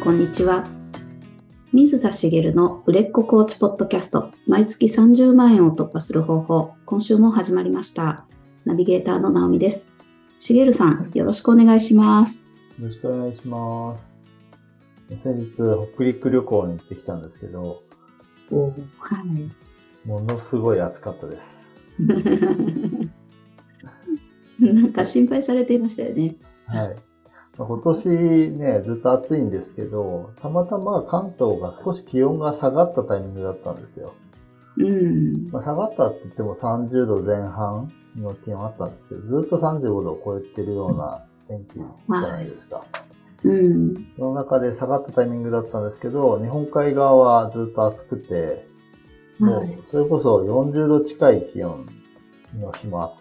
こんにちは。水田茂の売れっ子コーチポッドキャスト、毎月30万円を突破する方法、今週も始まりました。ナビゲーターの直美です。茂さん、よろしくお願いします。 よろしくお願いします。先日、北陸旅行に行ってきたんですけど、 はい。 ものすごい暑かったです。 なんか心配されていましたよね。 はい。今年ね、ずっと暑いんですけど、たまたま関東が少し気温が下がったタイミングだったんですよ。下がったって言っても30度前半の気温あったんですけど、ずっと35度を超えてるような天気じゃないですか。その中で下がったタイミングだったんですけど、日本海側はずっと暑くて、もうそれこそ40度近い気温の日もあって、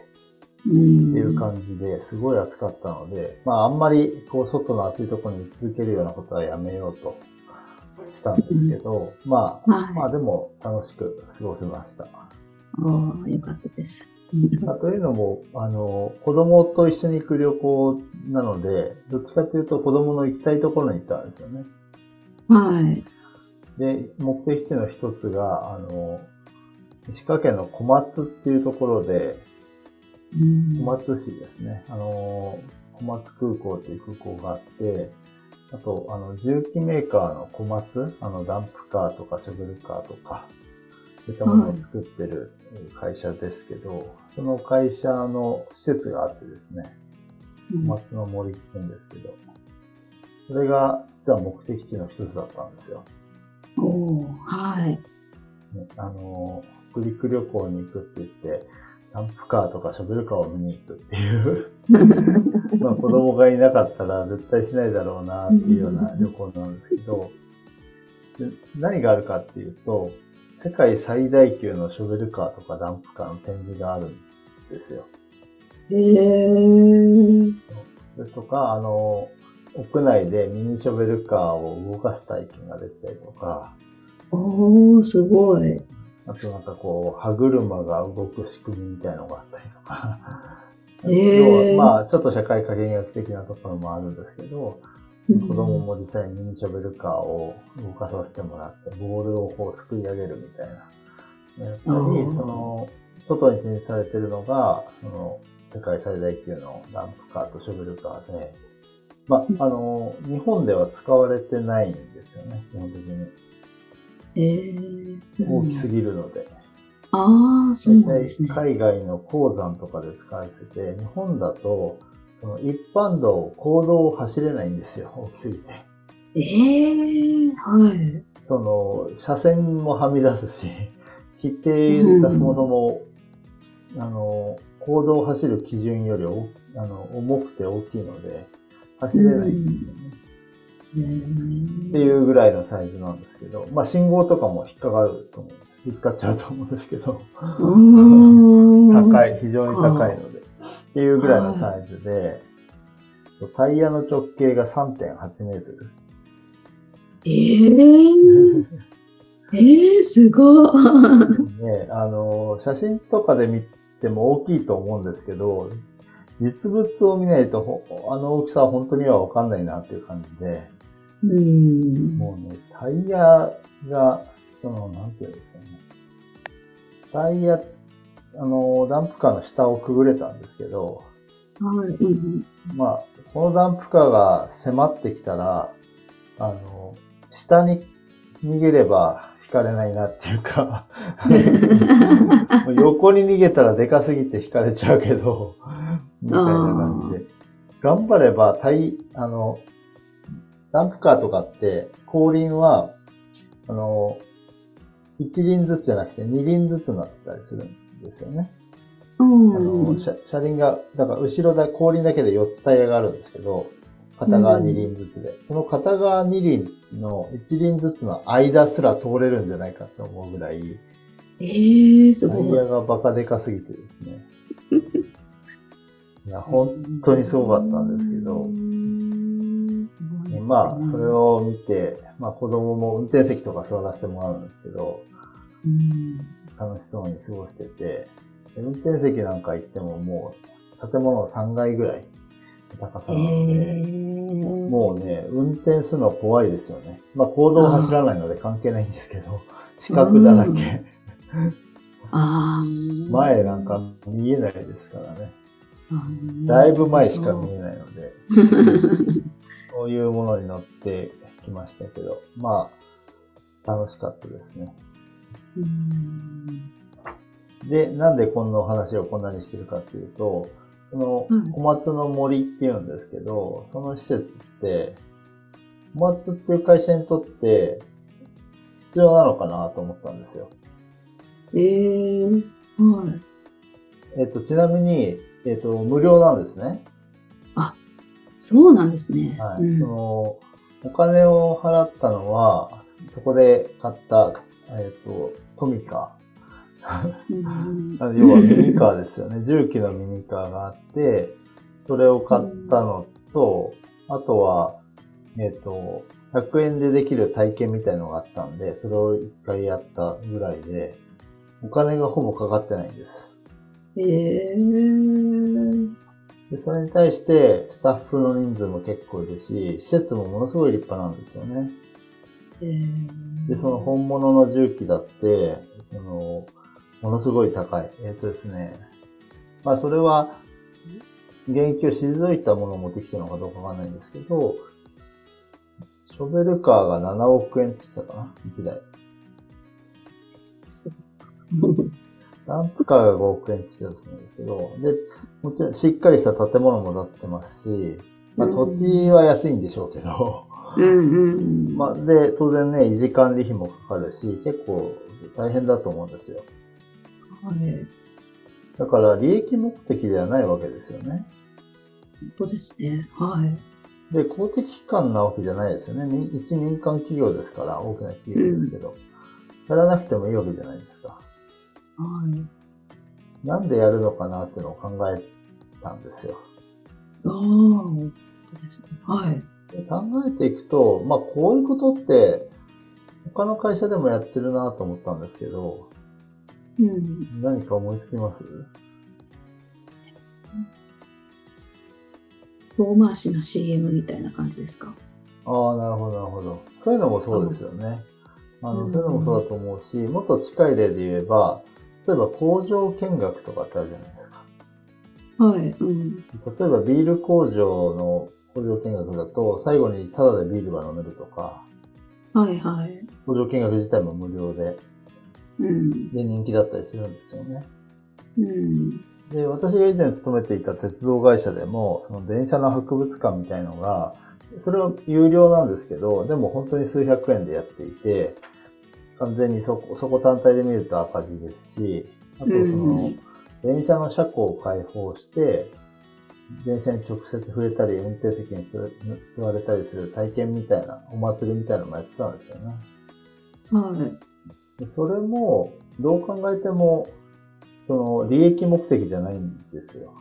っていう感じですごい暑かったので、あんまり外の暑いところに続けるようなことはやめようとしたんですけど、でも楽しく過ごせました。 よかったです。 というのも、子供と一緒に行く旅行なので、どっちかというと子供の行きたいところに行ったんですよね。 はい。 で、目的地の一つが、石川県の小松っていうところで、小松市ですね。小松空港っていう空港があって、あと、重機メーカーの小松、ダンプカーとかショベルカーとか、そういったものを作ってる会社ですけど、その会社の施設があってですね、小松の森って言うんですけど、それが実は目的地の一つだったんですよ。 はい。 北陸旅行に行くって言って、ダンプカーとかショベルカーを見に行くっていう子供がいなかったら絶対しないだろうなっていうような旅行なんですけど、何があるかっていうと、世界最大級のショベルカーとかダンプカーの展示があるんですよ。それとか、屋内でミニショベルカーを動かす体験ができたりとか。 すごい。 あと歯車が動く仕組みみたいなのがあったりとか。要はちょっと社会科見学的なところもあるんですけど、子供も実際にミニショベルカーを動かさせてもらって、ボールをすくい上げるみたいな。やっぱり、外に展示されているのが、世界最大級のダンプカーとショベルカーで、日本では使われてないんですよね、基本的に。大きすぎるので。 そうなんですね。 海外の鉱山とかで使われてて、日本だと、一般道、公道を走れないんですよ、大きすぎて。 はい。 車線もはみ出すし、規定がそもそも、公道を走る基準より重くて大きいので、走れないんですよね。っていうぐらいのサイズなんですけど、信号とかも引っかかると思う。見つかっちゃうと思うんですけど、非常に高いので、っていうぐらいのサイズで、タイヤの直径が 3.8 メートル。すごい。 ね、写真とかで見ても大きいと思うんですけど、実物を見ないと、大きさは本当にはわかんないなっていう感じで、もうね、タイヤが、なんていうんですかね。タイヤ、ダンプカーの下をくぐれたんですけど、このダンプカーが迫ってきたら、下に逃げれば引かれないなっていうか、横に逃げたらでかすぎて引かれちゃうけど、みたいな感じで。頑張れば、ダンプカーとかって、後輪は、1輪ずつじゃなくて2輪ずつになってたりするんですよね。車輪が、だから後ろ後輪だけで4つタイヤがあるんですけど、片側2輪ずつで。その片側2輪の1輪ずつの間すら通れるんじゃないかと思うぐらい、 すごい。 タイヤがバカでかすぎてですね。いや、本当にすごかったんですけど、それを見て、子供も運転席とか座らせてもらうんですけど、楽しそうに過ごしてて、運転席なんか行ってももう建物3階ぐらい高さなので、もうね、運転するの怖いですよね。まあ、公道を走らないので関係ないんですけど、四角だらけ。前なんか見えないですからね。だいぶ前しか見えないので、そういうものに乗ってきましたけど、まあ、楽しかったですね。で、なんでこの話をこんなにしてるかっていうと、その小松の森っていうんですけど、その施設って、小松っていう会社にとって必要なのかなと思ったんですよ。ちなみに、無料なんですね。 あ、そうなんですね。 はい。お金を払ったのは、そこで買った、トミカ。要はミニカーですよね。重機のミニカーがあって、それを買ったのと、あとは、100円でできる体験みたいのがあったんで、それを1回やったぐらいで、お金がほぼかかってないんです。で、それに対してスタッフの人数も結構いるし、施設もものすごい立派なんですよね。で、その本物の重機だって、ものすごい高い。ですね。まあ、それは、現役を退いたものを持ってきたのかどうかわかんないんですけど、ショベルカーが7億円って言ったかな ?1 台。ダンプカーが5億円って言ってたと思うんですけど、で、もちろんしっかりした建物も建ってますし、まあ土地は安いんでしょうけど、まあで、当然ね、維持管理費もかかるし、結構大変だと思うんですよ。だから利益目的ではないわけですよね。 本当ですね。 で、公的機関なわけじゃないですよね。一民間企業ですから、大きな企業ですけど、やらなくてもいいわけじゃないですか。なんでやるのかなっていうのを考えたんですよ。 そうですね。 で考えていくと、まあこういうことって他の会社でもやってるなと思ったんですけど、何か思いつきます？ 遠回しな CM みたいな感じですか？ ああ、なるほど、なるほど。そういうのもそうですよね。そういうのもそうだと思うし、もっと近い例で言えば、例えば工場見学とかってあるじゃないですか。例えばビール工場の工場見学だと、最後にタダでビールが飲めるとか、工場見学自体も無料で、で人気だったりするんですよね。で、私が以前勤めていた鉄道会社でも、その電車の博物館みたいのが、それは有料なんですけど、でも本当に数百円でやっていて、完全にそこ単体で見ると赤字ですし、あと電車の車庫を開放して、電車に直接触れたり、運転席に座れたりする体験みたいな、お祭りみたいなのもやってたんですよね。それも、どう考えても、利益目的じゃないんですよ。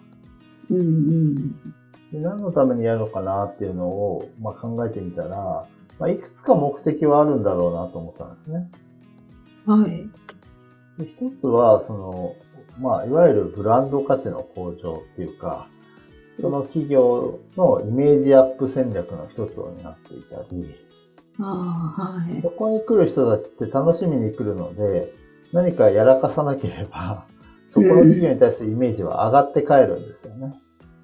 で何のためにやるのかなっていうのを、考えてみたら、いくつか目的はあるんだろうなと思ったんですね。で一つは、いわゆるブランド価値の向上っていうか、その企業のイメージアップ戦略の一つを担っていたり、そこに来る人たちって楽しみに来るので、何かやらかさなければ、そこの企業に対するイメージは上がって帰るんですよね。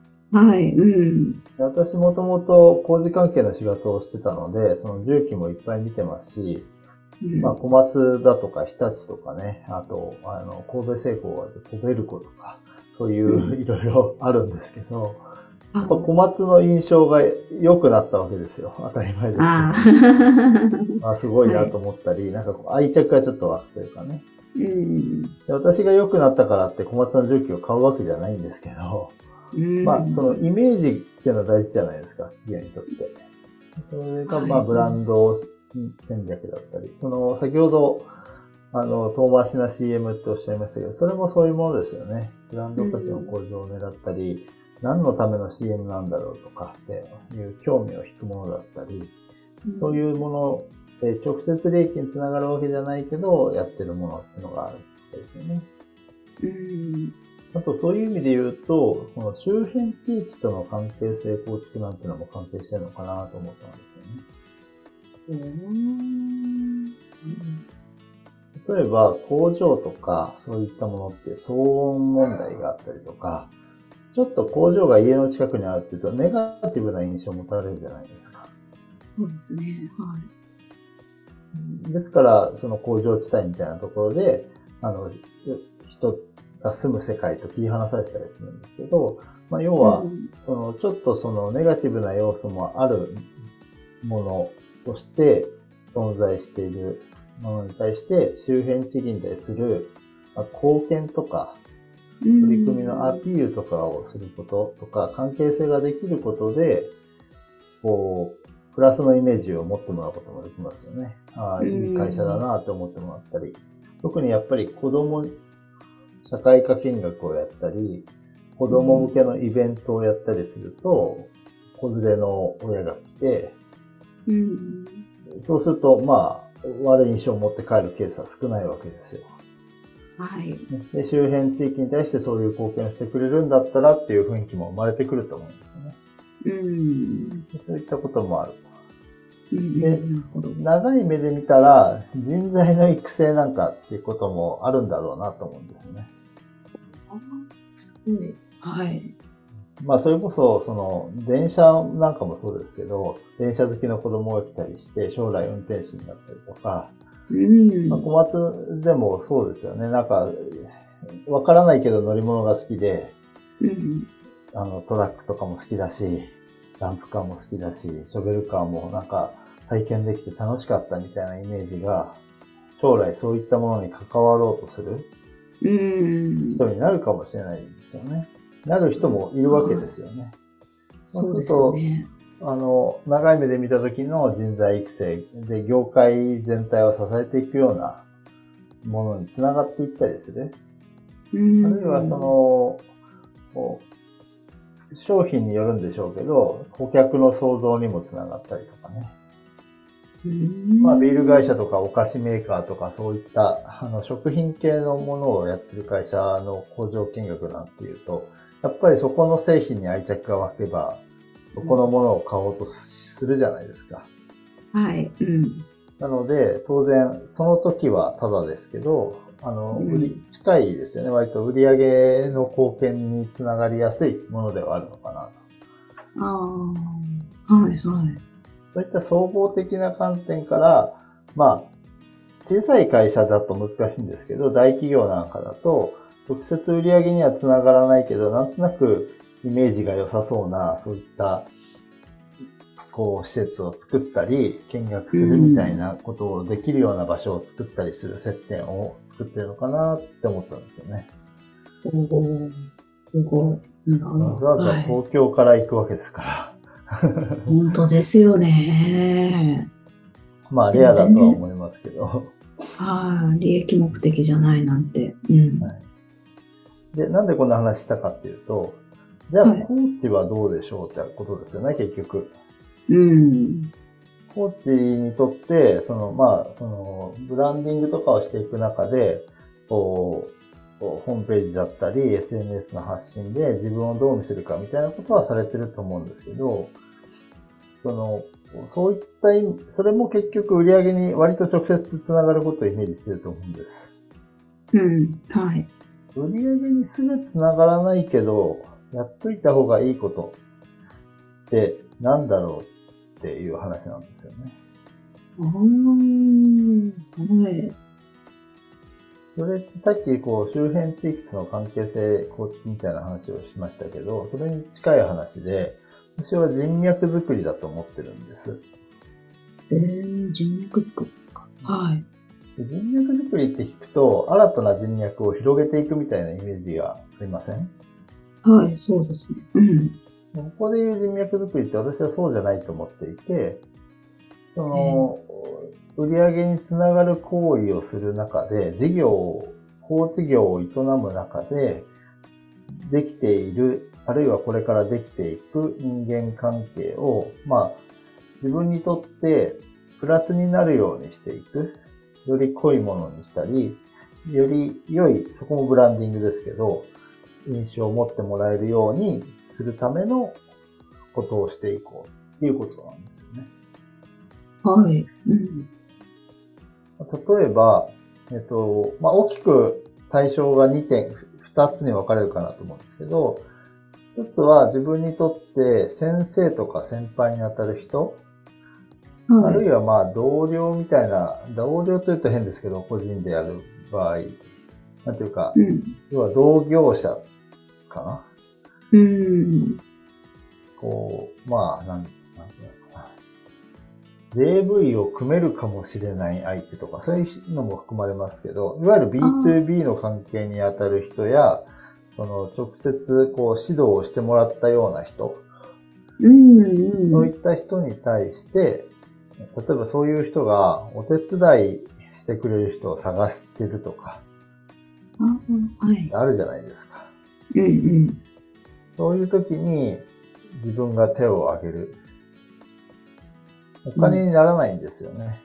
私もともと工事関係の仕事をしてたので、その重機もいっぱい見てますし、小松だとか日立とかね、あと、神戸製鋼はコベルコとか、そういういろいろあるんですけど、やっぱ小松の印象が良くなったわけですよ。当たり前ですけど。すごいなと思ったり、なんか愛着がちょっと湧くというかね。で私が良くなったからって小松の重機を買うわけじゃないんですけど、そのイメージっていうのは大事じゃないですか、企業にとって。それがブランド戦略だったり、先ほど、遠回しな CM っておっしゃいましたけど、それもそういうものですよね。ブランド価値の向上を狙ったり、何のための CM なんだろうとかっていう興味を引くものだったり、そういうもので直接利益につながるわけじゃないけど、やってるものっていうのがあるんですよね。 あとそういう意味で言うと、この周辺地域との関係性構築なんてのも関係してるのかなと思ったんですよね。例えば工場とかそういったものって騒音問題があったりとか、ちょっと工場が家の近くにあるっていうとネガティブな印象を持たれるじゃないですか。 そうですね。はい。 ですから、その工場地帯みたいなところで、人が住む世界と切り離されてたりするんですけど、要は、ちょっとネガティブな要素もあるものとして存在しているものに対して、周辺地域に対する貢献とか、取り組みのアピールとかをすることとか、関係性ができることで、プラスのイメージを持ってもらうこともできますよね。いい会社だなと思ってもらったり。特にやっぱり社会科見学をやったり、子供向けのイベントをやったりすると、子連れの親が来て、そうすると、悪い印象を持って帰るケースは少ないわけですよ。 はい。 で、周辺地域に対してそういう貢献をしてくれるんだったらっていう雰囲気も生まれてくると思うんですよね。そういったこともある。で、長い目で見たら人材の育成なんかっていうこともあるんだろうなと思うんですよね。 すごい。はい。 それこそ、電車なんかもそうですけど、電車好きの子供が来たりして、将来運転士になったりとか、小松でもそうですよね。なんか、わからないけど乗り物が好きで、トラックとかも好きだし、ダンプカーも好きだし、ショベルカーもなんか体験できて楽しかったみたいなイメージが、将来そういったものに関わろうとする人になるかもしれないんですよね。なる人もいるわけですよね。そうすると、長い目で見た時の人材育成で業界全体を支えていくようなものにつながっていったりする。あるいは商品によるんでしょうけど、顧客の創造にもつながったりとかね。ビール会社とかお菓子メーカーとかそういった食品系のものをやってる会社の工場見学なんていうと、やっぱりそこの製品に愛着が湧けば、そこのものを買おうとするじゃないですか。 はい。 なので、当然、その時はタダですけど、近いですよね。割と売上の貢献につながりやすいものではあるのかなと。 はいはい。 そういった総合的な観点から、小さい会社だと難しいんですけど、大企業なんかだと、直接売上にはつながらないけど、なんとなくイメージが良さそうな、そういった施設を作ったり、見学するみたいなことをできるような場所を作ったりする接点を作ってるのかなって思ったんですよね。 すごい。 わざわざ東京から行くわけですから。 本当ですよね。 レアだとは思いますけど。 利益目的じゃないなんて。 で、なんでこんな話したかっていうと、じゃあ、コーチはどうでしょうってことですよね、結局。コーチにとって、ブランディングとかをしていく中で、ホームページだったり、SNS の発信で自分をどう見せるかみたいなことはされてると思うんですけど、そういった意味、それも結局売り上げに割と直接つながることをイメージしてると思うんです。 はい。 売り上げにすぐつながらないけど、やっといた方がいいことってなんだろうっていう話なんですよね。それ、さっき周辺地域との関係性構築みたいな話をしましたけど、それに近い話で、私は人脈作りだと思ってるんです。 人脈作りですか？はい。 人脈作りって聞くと、新たな人脈を広げていくみたいなイメージがありません？ はい、そうですね。 ここでいう人脈作りって私はそうじゃないと思っていて、売上につながる行為をする中で、高知業を営む中で、できている、あるいはこれからできていく人間関係を、自分にとってプラスになるようにしていく。より濃いものにしたり、より良い、そこもブランディングですけど、 印象を持ってもらえるようにするためのことをしていこうっていうことなんですよね。 はい。 例えば、大きく対象が2つに分かれるかなと思うんですけど、一つは自分にとって先生とか先輩に当たる人、あるいは同僚みたいな、同僚というと変ですけど、個人でやる場合、なんていうか、要は同業者かな。こう、なんていうのかな。JV を組めるかもしれない相手とか、そういうのも含まれますけど、いわゆる B2B の関係に当たる人や、直接指導をしてもらったような人、そういった人に対して、例えばそういう人がお手伝いしてくれる人を探してるとか、あるじゃないですか。そういう時に自分が手を挙げる。お金にならないんですよね。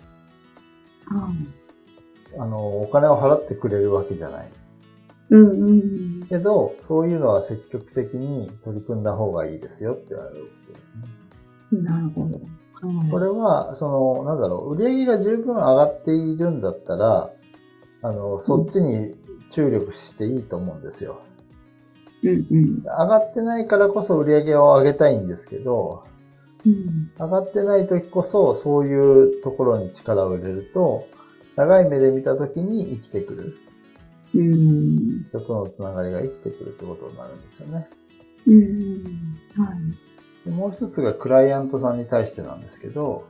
お金を払ってくれるわけじゃない。けど、そういうのは積極的に取り組んだ方がいいですよって言われることですね。 なるほど。 これは、売り上げが十分上がっているんだったら、そっちに注力していいと思うんですよ。上がってないからこそ売り上げを上げたいんですけど、上がってない時こそそういうところに力を入れると、長い目で見た時に生きてくる。人とのつながりが生きてくるってことになるんですよね。でもう一つがクライアントさんに対してなんですけど、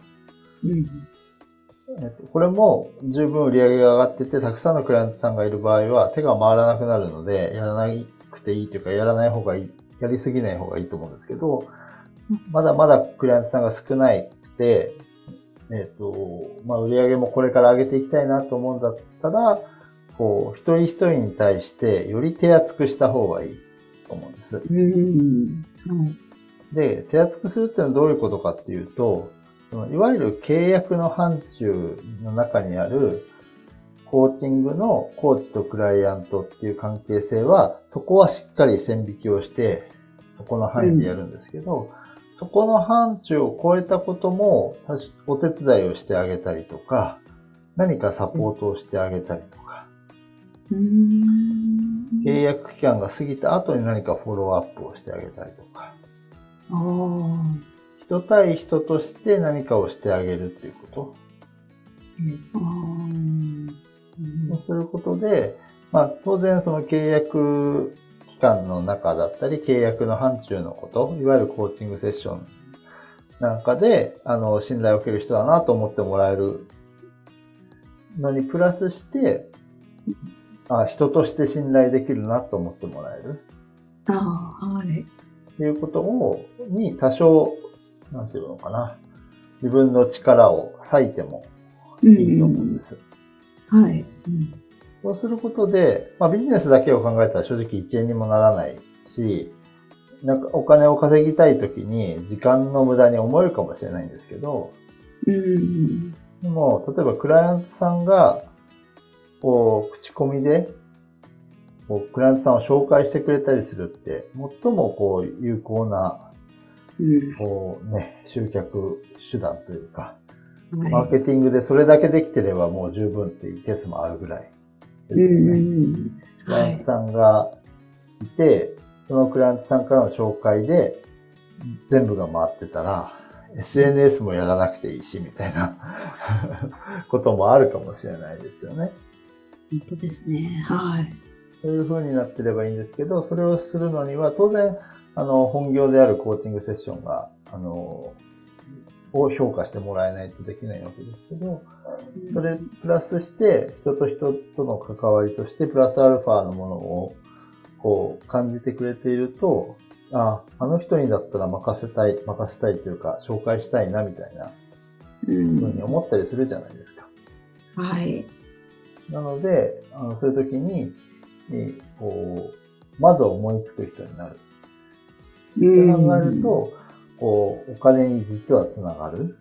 これも十分売り上げが上がってて、たくさんのクライアントさんがいる場合は手が回らなくなるので、やらなくていいというか、やらない方がいい、やりすぎない方がいいと思うんですけど、まだまだクライアントさんが少なくて、売り上げもこれから上げていきたいなと思うんだったら、一人一人に対してより手厚くした方がいいと思うんです。で、手厚くするっていうのはどういうことかっていうと、いわゆる契約の範疇の中にあるコーチングのコーチとクライアントっていう関係性は、そこはしっかり線引きをして、そこの範囲でやるんですけど、そこの範疇を超えたこともお手伝いをしてあげたりとか、何かサポートをしてあげたりとか、契約期間が過ぎた後に何かフォローアップをしてあげたりとか、人対人として何かをしてあげるっていうこと。そうすることで、当然その契約期間の中だったり、契約の範疇のこと、いわゆるコーチングセッションなんかで、信頼を受ける人だなと思ってもらえるのにプラスして、人として信頼できるなと思ってもらえる。っていうことに多少、なんていうのかな。自分の力を割いてもいいと思うんです。そうすることで、ビジネスだけを考えたら正直1円にもならないし、なんかお金を稼ぎたいときに時間の無駄に思えるかもしれないんですけど、でも、例えばクライアントさんが、口コミで、クライアントさんを紹介してくれたりするって、最も有効な、集客手段というか、マーケティングでそれだけできてればもう十分っていうケースもあるぐらいですよね。クライアントさんがいて、そのクライアントさんからの紹介で全部が回ってたら、SNS もやらなくていいし、みたいなこともあるかもしれないですよね。 本当ですね。 そういう風になってればいいんですけど、それをするのには当然、本業であるコーチングセッションが、を評価してもらえないとできないわけですけど、それプラスして人と人との関わりとしてプラスアルファのものを感じてくれていると、あの人にだったら任せたいというか紹介したいなみたいなふうに思ったりするじゃないですか。なので、そういう時に、まず思いつく人になる。って考えると、お金に実はつながる。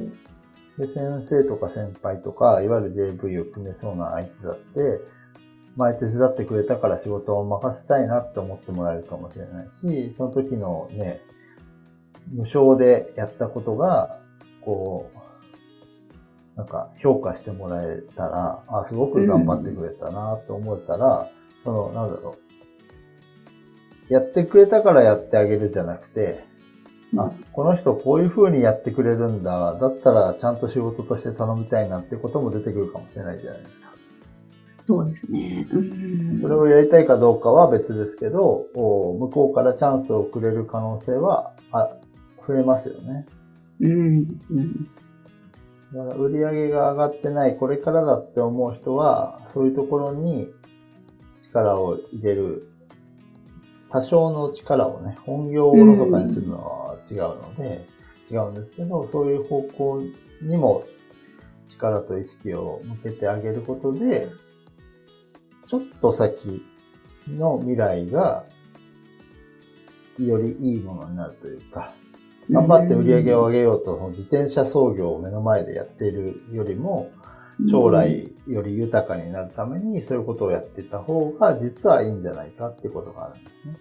で、先生とか先輩とか、いわゆる JV を組めそうな相手だって、 前手伝ってくれたから仕事を任せたいなって思ってもらえるかもしれないし、その時のね、無償でやったことが、こう、なんか評価してもらえたら、あ、すごく頑張ってくれたなって思えたら、なんだろう。やってくれたからやってあげるじゃなくて、あ、この人こういう風にやってくれるんだ。だったらちゃんと仕事として頼みたいなってことも出てくるかもしれないじゃないですか。 そうですね。 それをやりたいかどうかは別ですけど、向こうからチャンスをくれる可能性は増えますよね。だから売り上げが上がってない、これからだって思う人は、そういうところに力を入れる。多少の力をね、本業をおろそかにするのは違うんですけど、そういう方向にも力と意識を向けてあげることで、ちょっと先の未来がよりいいものになるというか、頑張って売り上げを上げようと、自転車操業を目の前でやっているよりも、将来より豊かになるためにそういうことをやっていた方が実はいいんじゃないかっていうことがあるんです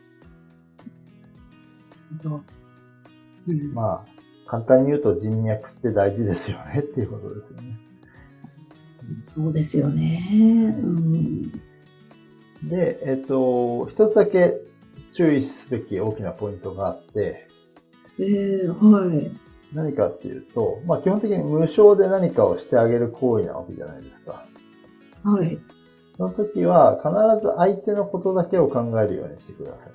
ね。まあ、簡単に言うと人脈って大事ですよねっていうことですよね。 そうですよね。 で、一つだけ注意すべき大きなポイントがあって、 はい。 何かっていうと、まあ基本的に無償で何かをしてあげる行為なわけじゃないですか。 はい。 その時は必ず相手のことだけを考えるようにしてください。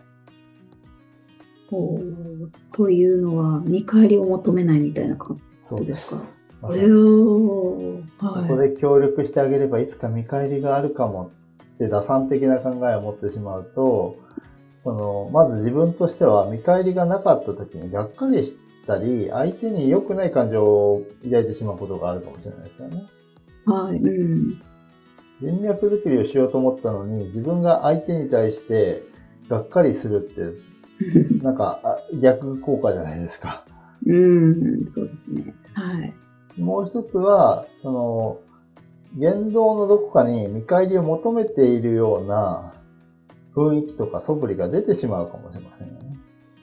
というのは、見返りを求めないみたいなことですか？ そうです。ここで協力してあげればいつか見返りがあるかもって打算的な考えを持ってしまうと、まず自分としては見返りがなかった時にがっかりしたり、相手に良くない感情を抱いてしまうことがあるかもしれないですよね。 はい。 人脈作りをしようと思ったのに、自分が相手に対してがっかりするって、なんか逆効果じゃないですか。 そうですね。はい。 もう一つは、言動のどこかに見返りを求めているような雰囲気とか素振りが出てしまうかもしれませんよね。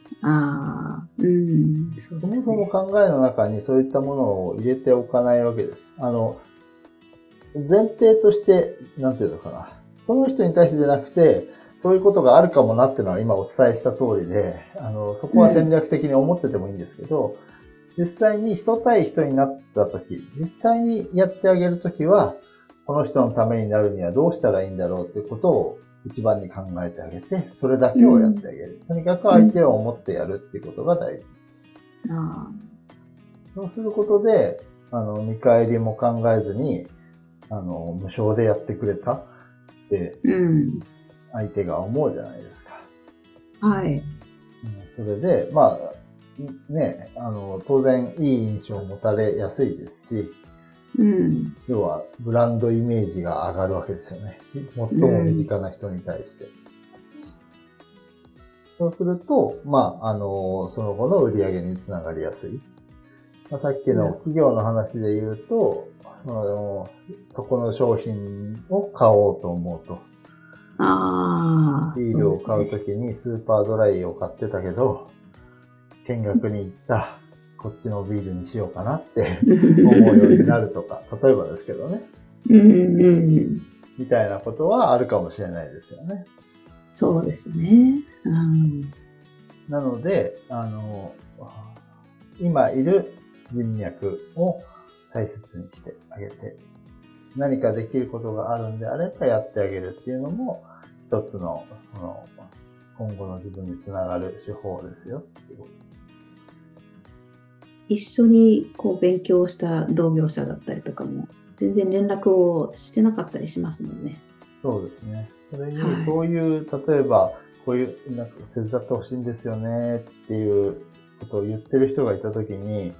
そもそも考えの中にそういったものを入れておかないわけです。前提として、なんていうのかな。その人に対してじゃなくて、そういうことがあるかもなっていうのは今お伝えした通りで、そこは戦略的に思っててもいいんですけど、実際に人対人になった時、実際にやってあげる時は、この人のためになるにはどうしたらいいんだろうっていうことを一番に考えてあげて、それだけをやってあげる。とにかく相手を思ってやるっていうことが大事。そうすることで、見返りも考えずに、無償でやってくれたって、相手が思うじゃないですか。 はい。 それで、まあ、ね、当然いい印象を持たれやすいですし、要はブランドイメージが上がるわけですよね。最も身近な人に対して。そうすると、まあ、その後の売り上げにつながりやすい。まあ、さっきの企業の話で言うと、そこの商品を買おうと思うと。ビールを買うときにスーパードライを買ってたけど、見学に行った、こっちのビールにしようかなって思うようになるとか、例えばですけどね。みたいなことはあるかもしれないですよね。 そうですね。 なので、今いる人脈を大切にしてあげて、何かできることがあるんであればやってあげるっていうのも、一つの、今後の自分につながる手法ですよっていうことです。 一緒に勉強した同業者だったりとかも、全然連絡をしてなかったりしますもんね。 そうですね。それに、そういう、例えば、こういう、なんか手伝ってほしいんですよねっていうことを言ってる人がいたときに、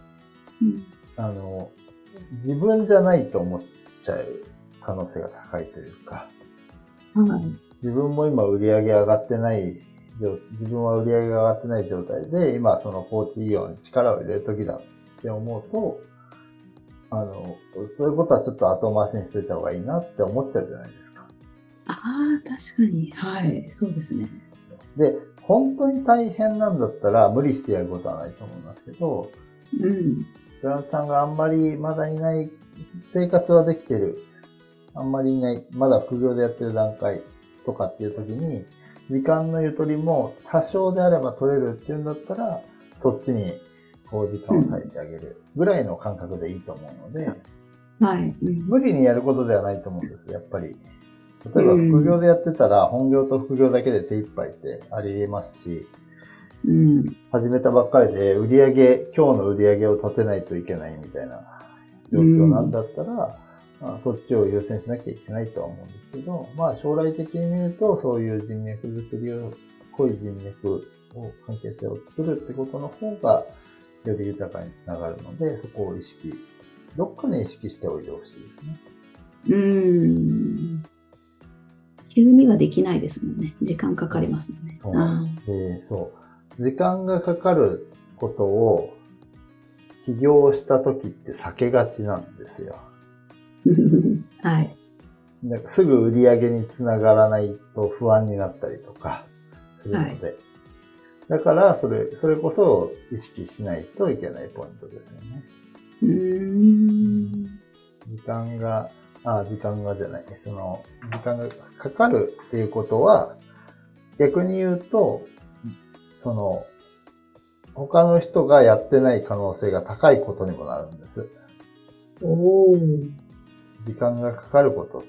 自分じゃないと思っちゃう可能性が高いというか、自分も今売り上げ上がってない、自分は売り上げが上がってない状態で、今そのコーチ業に力を入れる時だって思うと、そういうことはちょっと後回しにしといた方がいいなって思っちゃうじゃないですか。 確かに。はい。そうですね。 で、本当に大変なんだったら無理してやることはないと思いますけど、クライアントさんがあんまりまだいない、生活はできてる、あんまりいない、まだ副業でやってる段階とかっていう時に、時間のゆとりも多少であれば取れるっていうんだったら、そっちにこう時間を割いてあげるぐらいの感覚でいいと思うので、無理にやることではないと思うんです、やっぱり。例えば副業でやってたら、本業と副業だけで手一杯ってあり得ますし、始めたばっかりで今日の売り上げを立てないといけないみたいな状況なんだったら、そっちを優先しなきゃいけないとは思うんですけど、将来的に見ると、そういう人脈作りを、濃い人脈を、関係性を作るってことの方が、より豊かにつながるので、そこをどっかに意識しておいてほしいですね。 急にはできないですもんね。時間かかりますもんね。 そうなんです。そう。時間がかかることを起業した時って避けがちなんですよ。 はい。 すぐ売り上げにつながらないと不安になったりとかするので。だからそれこそ意識しないといけないポイントですよね。時間がじゃない。時間がかかるっていうことは、逆に言うと、他の人がやってない可能性が高いことにもなるんです。時間がかかることって、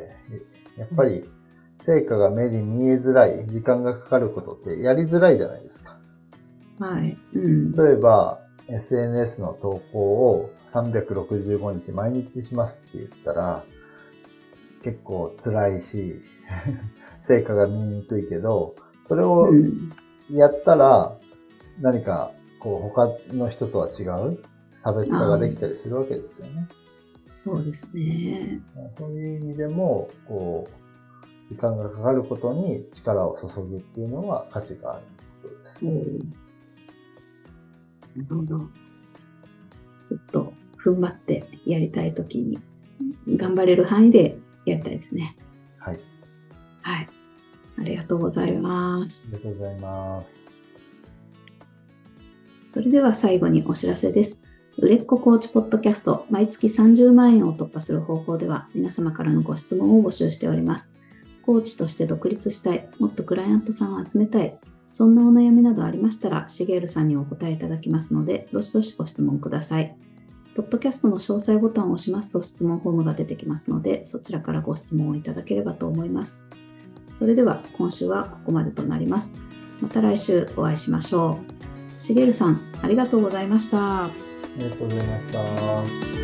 やっぱり成果が目に見えづらい、時間がかかることってやりづらいじゃないですか。 はい。 例えば、SNS の投稿を365日毎日しますって言ったら、結構辛いし、成果が見にくいけど、それをやったら、何か他の人とは違う差別化ができたりするわけですよね。 そうですね。 そういう意味でも、時間がかかることに力を注ぐっていうのは価値があることです。 なるほど。ちょっと踏ん張ってやりたいときに、頑張れる範囲でやりたいですね。 はい。 はい。ありがとうございます。 ありがとうございます。 それでは最後にお知らせです。売れっ子コーチポッドキャスト、毎月30万円を突破する方法では、皆様からのご質問を募集しております。コーチとして独立したい、もっとクライアントさんを集めたい、そんなお悩みなどありましたら、しげるさんにお答えいただきますので、どしどしご質問ください。ポッドキャストの詳細ボタンを押しますと質問フォームが出てきますので、そちらからご質問をいただければと思います。それでは今週はここまでとなります。また来週お会いしましょう。しげるさん、ありがとうございました。 ありがとうございました。